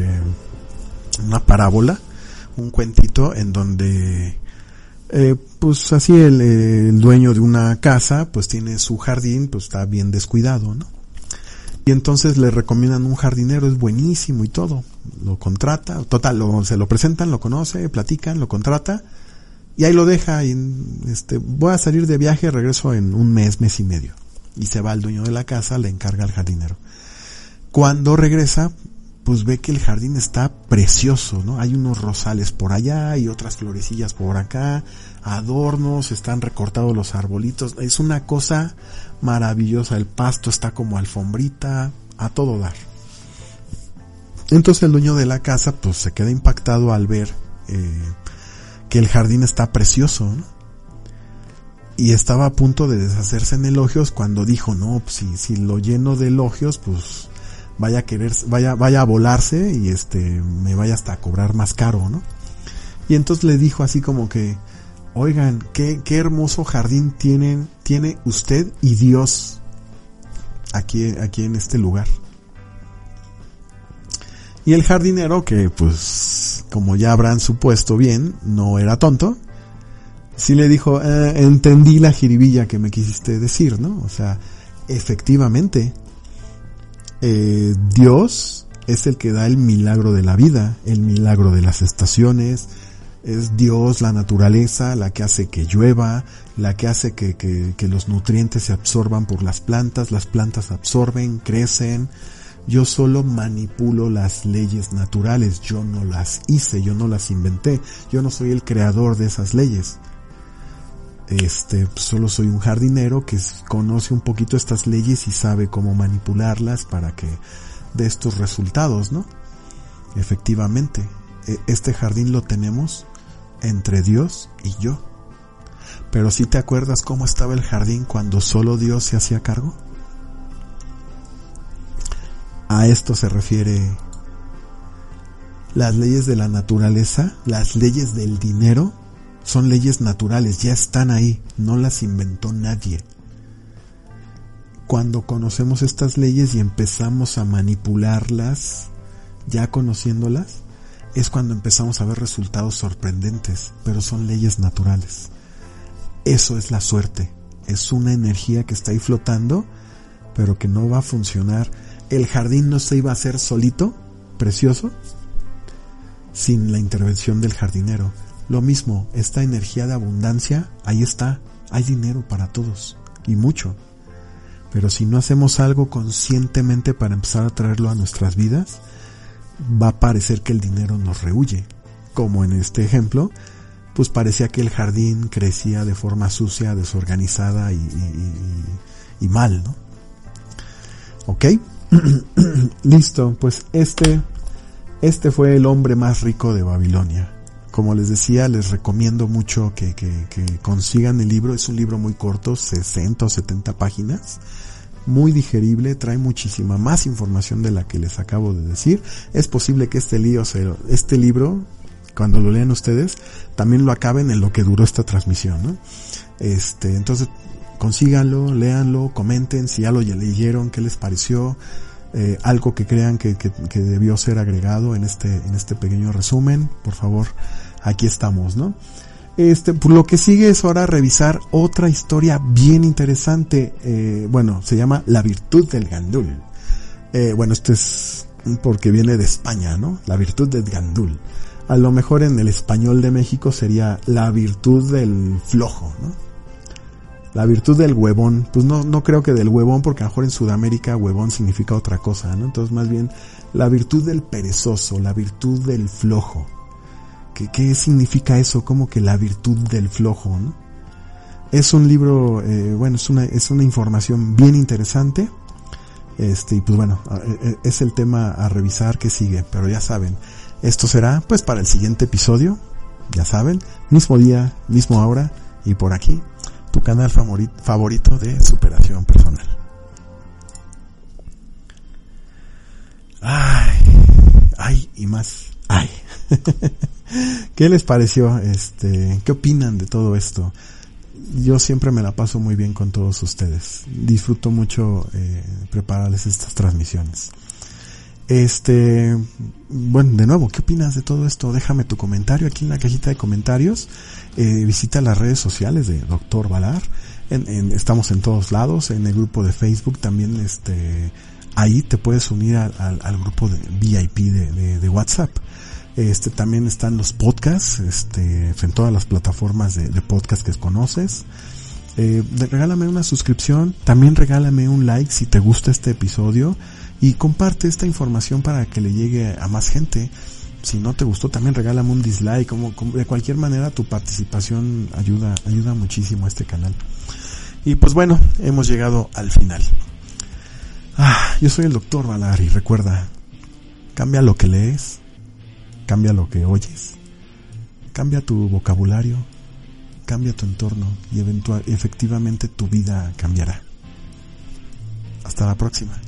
una parábola, un cuentito en donde pues así el dueño de una casa pues tiene su jardín, pues está bien descuidado, ¿no? Y entonces le recomiendan un jardinero, es buenísimo y todo, lo contrata, total, se lo presentan, lo conoce, platican, lo contrata y ahí lo deja y voy a salir de viaje, regreso en un mes y medio. Y se va el dueño de la casa, le encarga al jardinero. Cuando regresa, pues ve que el jardín está precioso, ¿no? Hay unos rosales por allá y otras florecillas por acá, adornos, están recortados los arbolitos, es una cosa maravillosa, el pasto está como alfombrita, a todo dar. Entonces el dueño de la casa pues se queda impactado al ver que el jardín está precioso, ¿no? Y estaba a punto de deshacerse en elogios cuando dijo, no, pues si lo lleno de elogios, pues vaya a volarse y me vaya hasta a cobrar más caro, ¿no? Y entonces le dijo así como que, oigan, qué hermoso jardín tiene usted y Dios aquí en este lugar. Y el jardinero, que pues como ya habrán supuesto bien, no era tonto, sí le dijo, entendí la jiribilla que me quisiste decir, ¿no? O sea, efectivamente, Dios es el que da el milagro de la vida, el milagro de las estaciones. Es Dios, la naturaleza, la que hace que llueva, la que hace que los nutrientes se absorban por las plantas absorben, crecen. Yo solo manipulo las leyes naturales, yo no las hice, yo no las inventé, yo no soy el creador de esas leyes. Solo soy un jardinero que conoce un poquito estas leyes y sabe cómo manipularlas para que dé estos resultados, ¿no? Efectivamente, este jardín lo tenemos entre Dios y yo. Pero ¿sí te acuerdas cómo estaba el jardín cuando solo Dios se hacía cargo? A esto se refiere las leyes de la naturaleza, las leyes del dinero, son leyes naturales, ya están ahí, no las inventó nadie. Cuando conocemos estas leyes y empezamos a manipularlas, ya conociéndolas, es cuando empezamos a ver resultados sorprendentes, pero son leyes naturales. Eso es la suerte, es una energía que está ahí flotando, pero que no va a funcionar. El jardín no se iba a hacer solito, precioso, sin la intervención del jardinero. Lo mismo, esta energía de abundancia, ahí está, hay dinero para todos, y mucho. Pero si no hacemos algo conscientemente para empezar a traerlo a nuestras vidas, va a parecer que el dinero nos rehuye. Como en este ejemplo, pues parecía que el jardín crecía de forma sucia, desorganizada y mal, ¿no? ¿Ok? Listo, pues este fue el hombre más rico de Babilonia. Como les decía, les recomiendo mucho que consigan el libro. Es un libro muy corto, 60 o 70 páginas. Muy digerible, trae muchísima más información de la que les acabo de decir. Es posible que este libro, cuando lo lean ustedes, también lo acaben en lo que duró esta transmisión, ¿no? Entonces, consíganlo, léanlo, comenten si ya lo leyeron, qué les pareció, algo que crean que debió ser agregado en este pequeño resumen. Por favor, aquí estamos, ¿no? Pues lo que sigue es ahora revisar otra historia bien interesante. Se llama La Virtud del Gandul. Esto es porque viene de España, ¿no? La Virtud del Gandul. A lo mejor en el español de México sería La Virtud del Flojo, ¿no? La virtud del huevón. Pues no creo que del huevón, porque a lo mejor en Sudamérica huevón significa otra cosa, ¿no? Entonces más bien la virtud del perezoso, la virtud del flojo. ¿Qué significa eso? Como que la virtud del flojo, ¿no? Es un libro, es una información bien interesante. Y pues bueno, es el tema a revisar que sigue, pero ya saben, esto será pues para el siguiente episodio, ya saben, mismo día, misma hora, y por aquí, tu canal favorito de superación personal. Ay, y más, ay. ¿Qué les pareció? ¿Qué opinan de todo esto? Yo siempre me la paso muy bien con todos ustedes. Disfruto mucho prepararles estas transmisiones. De nuevo, ¿qué opinas de todo esto? Déjame tu comentario aquí en la cajita de comentarios. Visita las redes sociales de Dr. Valar. Estamos en todos lados. En el grupo de Facebook también, ahí te puedes unir al grupo de VIP de WhatsApp. También están los podcasts, en todas las plataformas de podcast que conoces. Regálame una suscripción, también regálame un like si te gusta este episodio y comparte esta información para que le llegue a más gente. Si no te gustó, también regálame un dislike. De cualquier manera, tu participación ayuda muchísimo a este canal. Y pues bueno, hemos llegado al final. Yo soy el Dr. Valar y recuerda, cambia lo que lees, cambia lo que oyes, cambia tu vocabulario, cambia tu entorno y efectivamente tu vida cambiará. Hasta la próxima.